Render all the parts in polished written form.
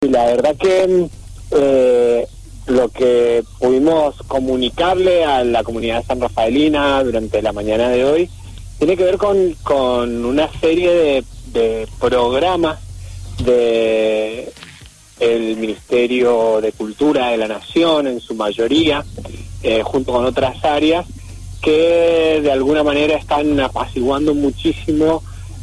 Sí, la verdad que lo que pudimos comunicarle a la comunidad sanrafaelina durante la mañana de hoy tiene que ver con una serie de programas de el Ministerio de Cultura de la Nación, en su mayoría, junto con otras áreas, que de alguna manera están apaciguando muchísimo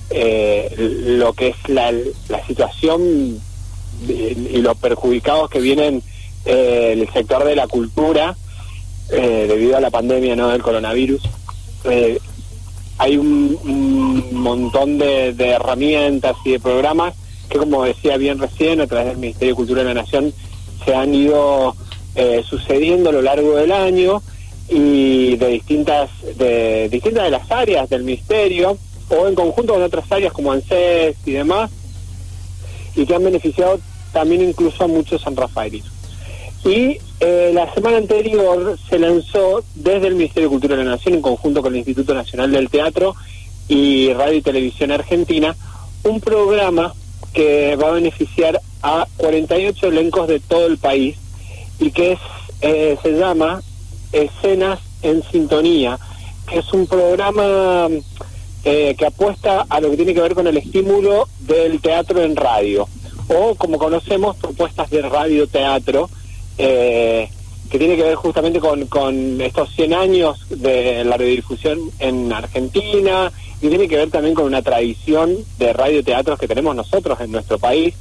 lo que es la situación y los perjudicados que vienen el sector de la cultura debido a la pandemia, ¿no?, del coronavirus. Hay un montón de herramientas y de programas que, como decía bien recién, a través del Ministerio de Cultura de la Nación se han ido sucediendo a lo largo del año, y de distintas de las áreas del Ministerio, o en conjunto con otras áreas como ANSES y demás, y que han beneficiado también incluso a muchos sanrafaelinos. Y la semana anterior se lanzó desde el Ministerio de Cultura de la Nación, en conjunto con el Instituto Nacional del Teatro y Radio y Televisión Argentina, un programa que va a beneficiar a 48 elencos de todo el país, y que se llama Escenas en Sintonía, que es un programa que apuesta a lo que tiene que ver con el estímulo del teatro en radio, o como conocemos, propuestas de radioteatro, que tiene que ver justamente con estos 100 años de la radiodifusión en Argentina, y tiene que ver también con una tradición de radioteatros que tenemos nosotros en nuestro país.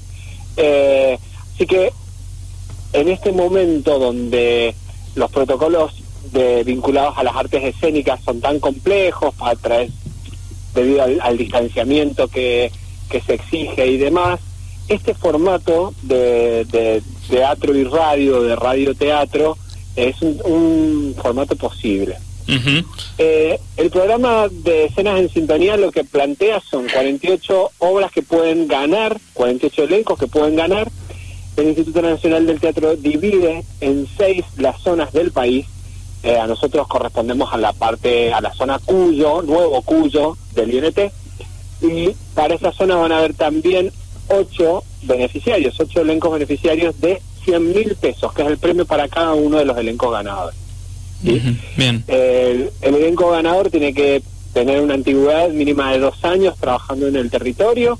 Así que en este momento donde los protocolos vinculados a las artes escénicas son tan complejos debido al distanciamiento que se exige y demás, este formato de teatro y radio, de radioteatro, es un formato posible. Uh-huh. El programa de Escenas en Sintonía lo que plantea son 48 obras que pueden ganar, 48 elencos que pueden ganar. El Instituto Nacional del Teatro divide en 6 las zonas del país. A nosotros correspondemos a la zona Cuyo, Nuevo Cuyo del INT, y para esa zona van a haber también 8 elencos beneficiarios de 100.000 pesos, que es el premio para cada uno de los elencos ganadores. ¿Sí? Uh-huh. Bien. El elenco ganador tiene que tener una antigüedad mínima de 2 años trabajando en el territorio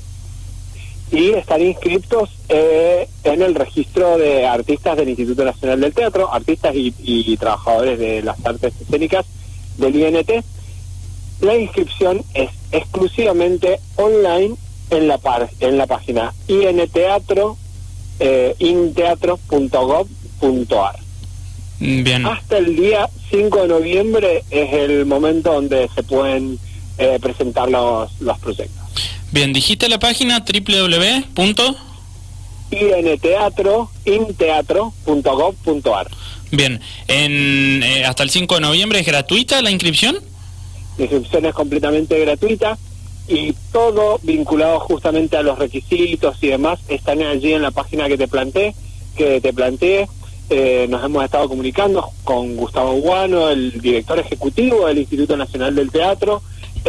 y estar inscritos en el registro de artistas del Instituto Nacional del Teatro, artistas y trabajadores de las artes escénicas del INT. La inscripción es exclusivamente online en la página inteatro.gov.ar. Bien. Hasta el día 5 de noviembre es el momento donde se pueden presentar los proyectos. Bien, dijiste la página inteatro.gov.ar. Bien, hasta el 5 de noviembre es gratuita la inscripción. La inscripción es completamente gratuita y todo vinculado justamente a los requisitos y demás están allí en la página que te planteé. Nos hemos estado comunicando con Gustavo Guano, el director ejecutivo del Instituto Nacional del Teatro,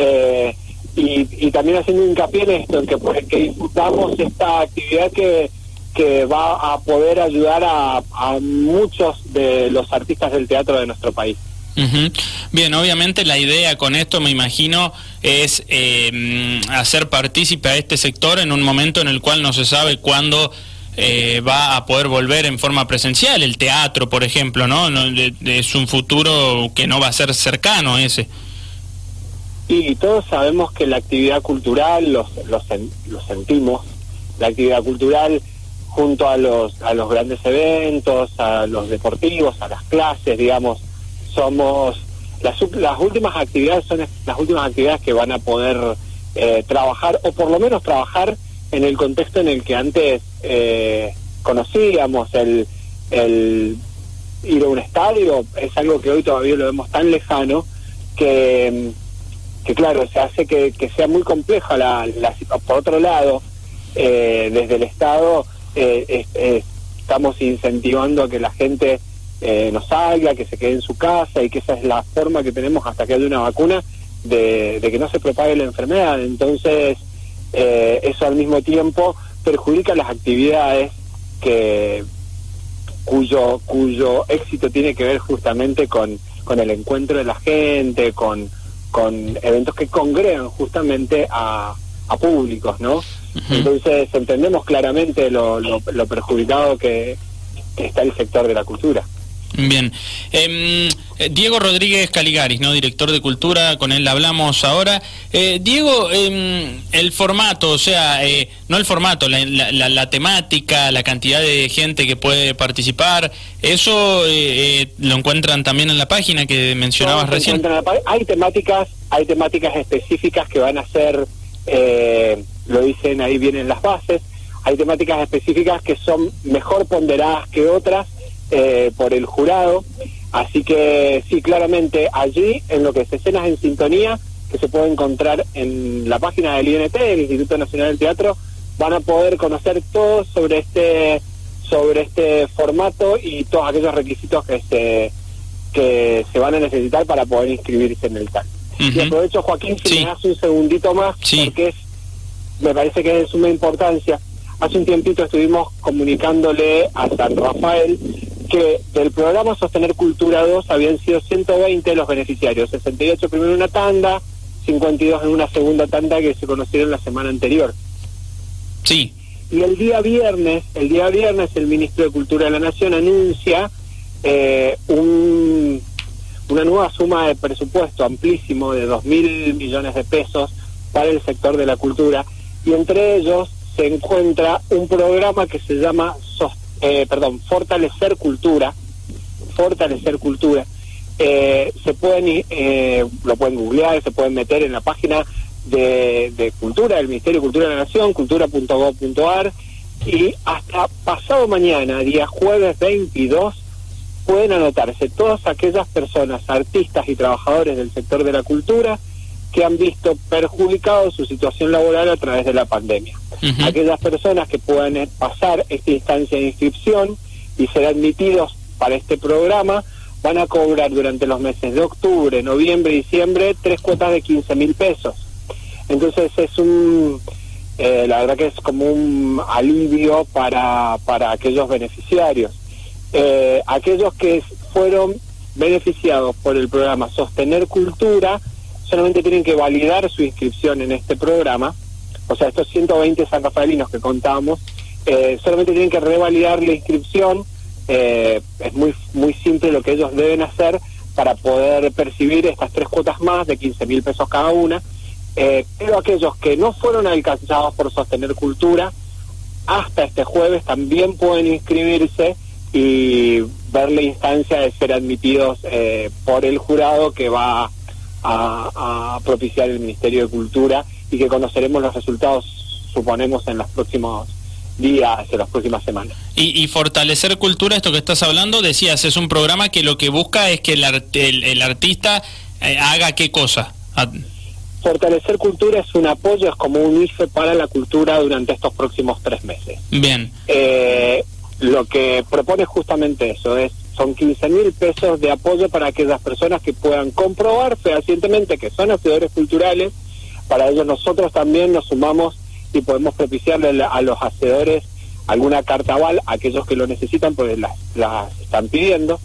y también haciendo hincapié en esto, en que disfrutamos esta actividad que va a poder ayudar a muchos de los artistas del teatro de nuestro país. Uh-huh. Bien, obviamente la idea con esto, me imagino, es hacer partícipe a este sector en un momento en el cual no se sabe cuándo va a poder volver en forma presencial el teatro, por ejemplo, ¿no? Es un futuro que no va a ser cercano ese. Y todos sabemos que la actividad cultural, lo sentimos, la actividad cultural junto a los grandes eventos, a los deportivos, a las clases, digamos, somos las últimas actividades, son las últimas actividades que van a poder trabajar, o por lo menos trabajar en el contexto en el que antes conocíamos. El ir a un estadio es algo que hoy todavía lo vemos tan lejano que claro, se hace que sea muy compleja la situación. Por otro lado, desde el Estado estamos incentivando a que la gente no salga, que se quede en su casa, y que esa es la forma que tenemos hasta que haya una vacuna de que no se propague la enfermedad. Entonces eso al mismo tiempo perjudica las actividades cuyo éxito tiene que ver justamente con el encuentro de la gente, con eventos que congregan justamente a públicos, ¿no? Uh-huh. Entonces entendemos claramente lo perjudicado que está el sector de la cultura. Bien. Diego Rodríguez Caligaris, ¿no? Director de Cultura, con él hablamos ahora. Diego, el formato, o sea, no el formato, la temática, la cantidad de gente que puede participar, ¿eso lo encuentran también en la página que mencionabas recién? Hay temáticas específicas que van a ser, lo dicen, ahí vienen las bases, hay temáticas específicas que son mejor ponderadas que otras, por el jurado, así que sí, claramente allí en lo que es Escenas en Sintonía, que se puede encontrar en la página del INT, del Instituto Nacional del Teatro, van a poder conocer todo sobre este formato y todos aquellos requisitos que se van a necesitar para poder inscribirse en el TAC. Uh-huh. Y aprovecho, Joaquín, si me das un segundito más, porque me parece que es de suma importancia. Hace un tiempito estuvimos comunicándole a San Rafael que del programa Sostener Cultura 2 habían sido 120 los beneficiarios, 68 primero en una tanda, 52 en una segunda tanda que se conocieron la semana anterior. Sí. Y el día viernes el ministro de Cultura de la Nación anuncia una nueva suma de presupuesto amplísimo de 2.000 millones de pesos para el sector de la cultura, y entre ellos se encuentra un programa que se llama Fortalecer Cultura. Se pueden lo pueden googlear, se pueden meter en la página de Cultura, del Ministerio de Cultura de la Nación, cultura.gov.ar, y hasta pasado mañana, día jueves 22, pueden anotarse todas aquellas personas, artistas y trabajadores del sector de la cultura que han visto perjudicado su situación laboral a través de la pandemia. Uh-huh. Aquellas personas que puedan pasar esta instancia de inscripción y ser admitidos para este programa van a cobrar durante los meses de octubre, noviembre y diciembre 3 cuotas de 15.000 pesos. Entonces es la verdad que es como un alivio para aquellos beneficiarios. Aquellos que fueron beneficiados por el programa Sostener Cultura solamente tienen que validar su inscripción en este programa, o sea, estos 120 sanrafaelinos que contamos, solamente tienen que revalidar la inscripción. Es muy simple lo que ellos deben hacer para poder percibir estas 3 cuotas más de 15.000 pesos cada una, pero aquellos que no fueron alcanzados por Sostener Cultura, hasta este jueves también pueden inscribirse y ver la instancia de ser admitidos por el jurado que va a propiciar el Ministerio de Cultura, y que conoceremos los resultados, suponemos, en los próximos días, en las próximas semanas. Y Fortalecer Cultura, esto que estás hablando, decías, es un programa que lo que busca es que el artista haga ¿qué cosa? Fortalecer Cultura es un apoyo, es como un IFE para la cultura durante estos próximos 3 meses. Bien. Lo que propone justamente eso, son 15.000 pesos de apoyo para aquellas personas que puedan comprobar fehacientemente que son hacedores culturales. Para ello nosotros también nos sumamos y podemos propiciarle a los hacedores alguna carta aval, a aquellos que lo necesitan, pues las están pidiendo.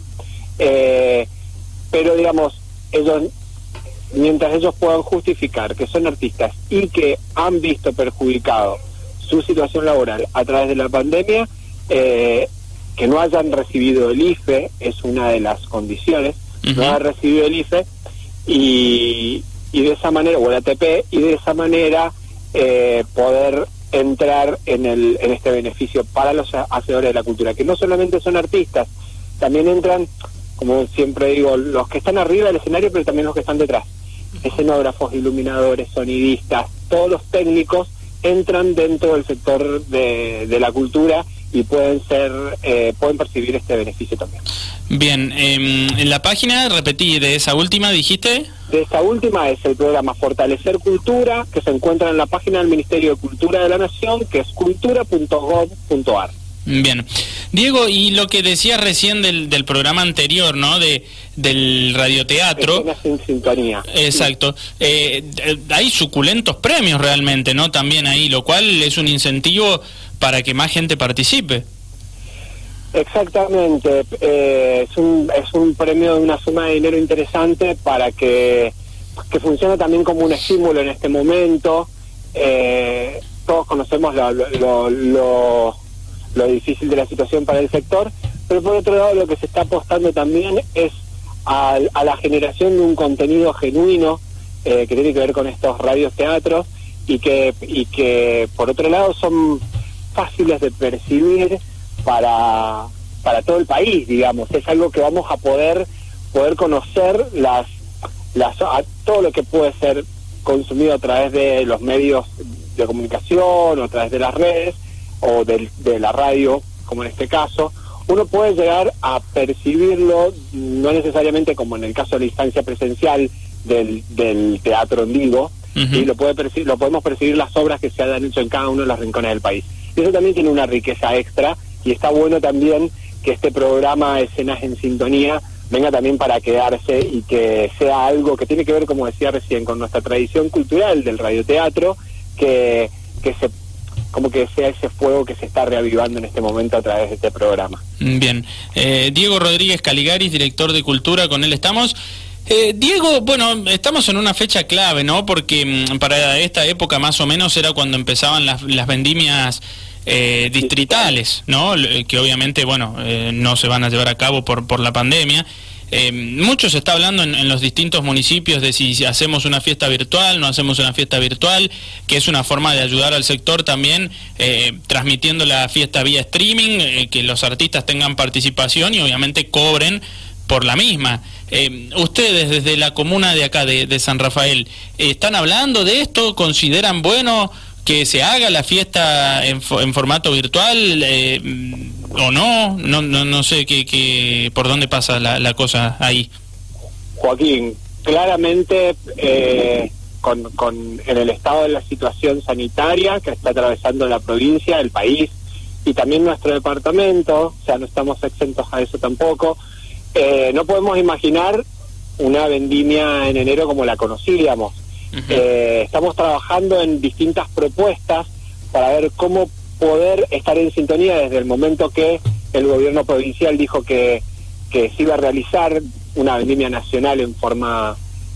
Pero digamos, mientras ellos puedan justificar que son artistas y que han visto perjudicado su situación laboral a través de la pandemia, que no hayan recibido el IFE es una de las condiciones. Uh-huh. No hayan recibido el IFE y de esa manera, o el ATP, y de esa manera poder entrar en este beneficio para los hacedores de la cultura, que no solamente son artistas, también entran, como siempre digo, los que están arriba del escenario, pero también los que están detrás, escenógrafos, iluminadores, sonidistas, todos los técnicos entran dentro del sector de la cultura y pueden percibir este beneficio también. Bien, en la página, repetí, de esa última, dijiste... De esa última es el programa Fortalecer Cultura, que se encuentra en la página del Ministerio de Cultura de la Nación, que es cultura.gov.ar. Bien. Diego, y lo que decías recién del programa anterior, ¿no? Del radioteatro. Escenas en Sintonía. Exacto. Sí. Hay suculentos premios realmente, ¿no? También ahí, lo cual es un incentivo para que más gente participe. Exactamente, es un premio de una suma de dinero interesante para que funcione también como un estímulo en este momento. Todos conocemos lo difícil de la situación para el sector, pero por otro lado lo que se está apostando también es a la generación de un contenido genuino que tiene que ver con estos radioteatros y que por otro lado son fáciles de percibir para todo el país, digamos. Es algo que vamos a poder conocer todo lo que puede ser consumido a través de los medios de comunicación o a través de las redes o de la radio, como en este caso. Uno puede llegar a percibirlo, no necesariamente como en el caso de la instancia presencial del teatro en vivo, y lo podemos percibir las obras que se hayan hecho en cada uno de los rincones del país. Y eso también tiene una riqueza extra, y está bueno también que este programa Escenas en Sintonía venga también para quedarse y que sea algo que tiene que ver, como decía recién, con nuestra tradición cultural del radioteatro, que sea ese fuego que se está reavivando en este momento a través de este programa. Bien. Diego Rodríguez Caligaris, director de Cultura, con él estamos. Diego, bueno, estamos en una fecha clave, ¿no? Porque para esta época más o menos era cuando empezaban las vendimias distritales, ¿no? Que obviamente, bueno, no se van a llevar a cabo por la pandemia. Mucho se está hablando en los distintos municipios de si hacemos una fiesta virtual, no hacemos una fiesta virtual, que es una forma de ayudar al sector también, transmitiendo la fiesta vía streaming, que los artistas tengan participación y obviamente cobren por la misma. Ustedes desde la comuna de acá, de San Rafael, ¿están hablando de esto? ¿Consideran bueno que se haga la fiesta en formato virtual o no sé por dónde pasa la cosa ahí? Joaquín, claramente en el estado de la situación sanitaria que está atravesando la provincia, el país y también nuestro departamento, o sea, no estamos exentos a eso tampoco, no podemos imaginar una vendimia en enero como la conocíamos. Estamos trabajando en distintas propuestas para ver cómo poder estar en sintonía desde el momento que el gobierno provincial dijo que se iba a realizar una vendimia nacional en forma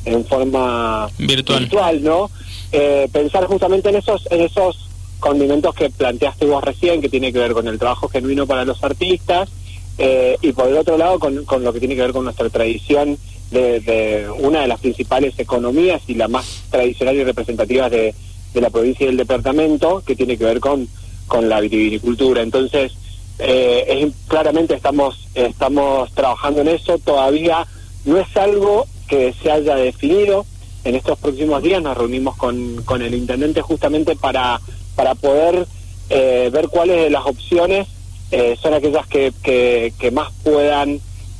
virtual, ¿no? Pensar justamente en esos condimentos que planteaste vos recién, que tiene que ver con el trabajo genuino para los artistas, y por el otro lado con lo que tiene que ver con nuestra tradición de una de las principales economías y la más tradicional y representativa de la provincia y del departamento, que tiene que ver con la vitivinicultura. Entonces, claramente estamos trabajando en eso. Todavía no es algo que se haya definido. En estos próximos días nos reunimos con el intendente justamente para poder ver cuáles de las opciones son aquellas que más puedan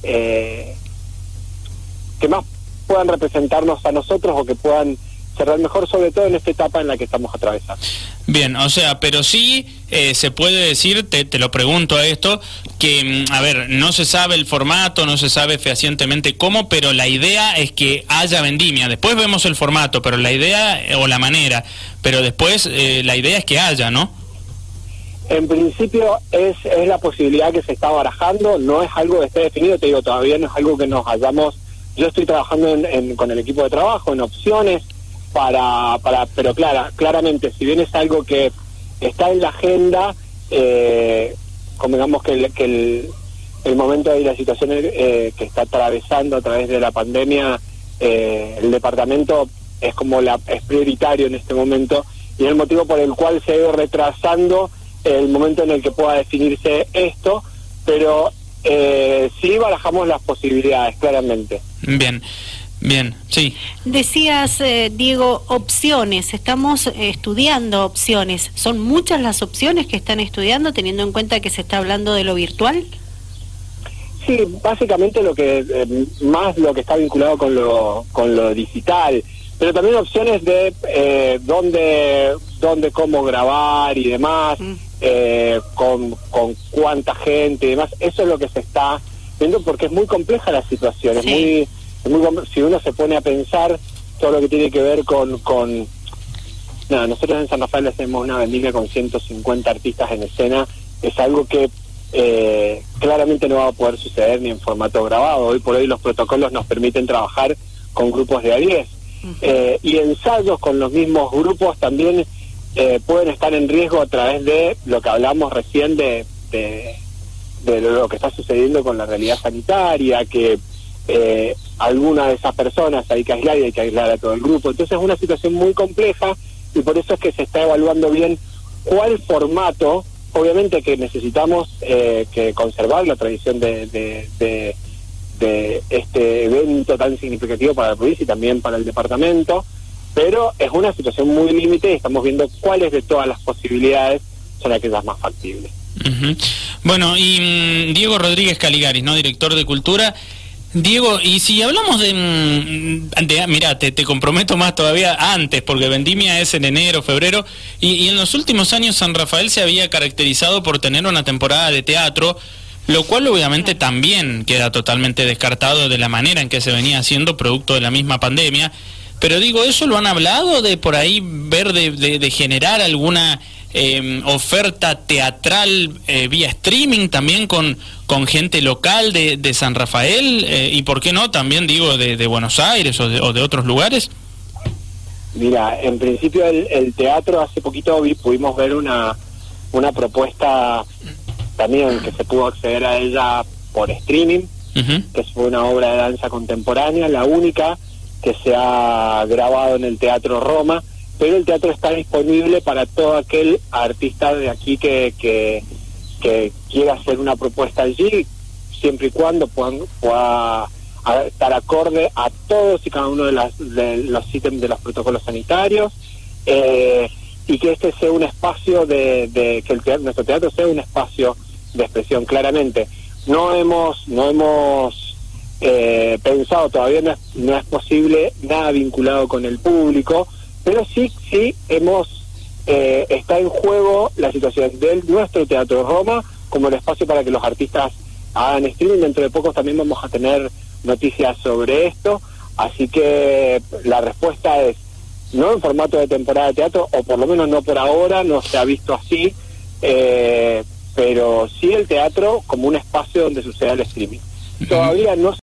representarnos a nosotros o que puedan cerrar mejor, sobre todo en esta etapa en la que estamos atravesando. Bien, o sea, pero sí se puede decir, te lo pregunto a esto, que, a ver, no se sabe el formato, no se sabe fehacientemente cómo, pero la idea es que haya vendimia. Después vemos el formato, pero la idea o la manera, pero después la idea es que haya, ¿no? En principio es la posibilidad que se está barajando, no es algo que esté definido, te digo, todavía no es algo que nos hayamos... Yo estoy trabajando con el equipo de trabajo en opciones pero claramente, si bien es algo que está en la agenda, como digamos que el momento y la situación que está atravesando a través de la pandemia, el departamento es prioritario en este momento, y es el motivo por el cual se ha ido retrasando el momento en el que pueda definirse esto, pero sí barajamos las posibilidades, claramente. Bien, sí. Decías, Diego, opciones. Estamos estudiando opciones. ¿Son muchas las opciones que están estudiando, teniendo en cuenta que se está hablando de lo virtual? Sí, básicamente lo que está vinculado con lo digital, pero también opciones de dónde cómo grabar y demás, con cuánta gente y demás. Eso es lo que se está viendo, porque es muy compleja la situación, sí. Si uno se pone a pensar todo lo que tiene que ver nosotros en San Rafael hacemos una vendimia con 150 artistas en escena, es algo que claramente no va a poder suceder ni en formato grabado. Hoy por hoy los protocolos nos permiten trabajar con grupos de a 10. Y ensayos con los mismos grupos también pueden estar en riesgo a través de lo que hablamos recién de lo que está sucediendo con la realidad sanitaria, que alguna de esas personas hay que aislar y hay que aislar a todo el grupo. Entonces es una situación muy compleja y por eso es que se está evaluando bien cuál formato. Obviamente que necesitamos que conservar la tradición de este evento tan significativo para la provincia y también para el departamento, pero es una situación muy límite y estamos viendo cuáles de todas las posibilidades son aquellas más factibles. Bueno, y Diego Rodríguez Caligaris, ¿no? Director de Cultura. Diego, y si hablamos mirá, te comprometo más todavía antes, porque Vendimia es en enero, febrero, y en los últimos años San Rafael se había caracterizado por tener una temporada de teatro, lo cual obviamente también queda totalmente descartado de la manera en que se venía haciendo producto de la misma pandemia. Pero digo, ¿eso lo han hablado de por ahí ver de generar alguna oferta teatral vía streaming también con gente local de San Rafael y por qué no también digo de Buenos Aires o de otros lugares? Mira, en principio el teatro hace poquito pudimos ver una propuesta también que se pudo acceder a ella por streaming, que fue una obra de danza contemporánea, la única que se ha grabado en el Teatro Roma, pero el teatro está disponible para todo aquel artista de aquí que quiera hacer una propuesta allí, siempre y cuando pueda estar acorde a todos y cada uno de los ítems de los protocolos sanitarios, y que este sea un espacio que nuestro teatro sea un espacio de expresión. Claramente no hemos pensado, todavía no es posible nada vinculado con el público, pero sí está en juego la situación de nuestro Teatro Roma como el espacio para que los artistas hagan streaming. Dentro de poco también vamos a tener noticias sobre esto, así que la respuesta es no en formato de temporada de teatro, o por lo menos no por ahora, no se ha visto así, pero sí el teatro como un espacio donde suceda el streaming. Todavía no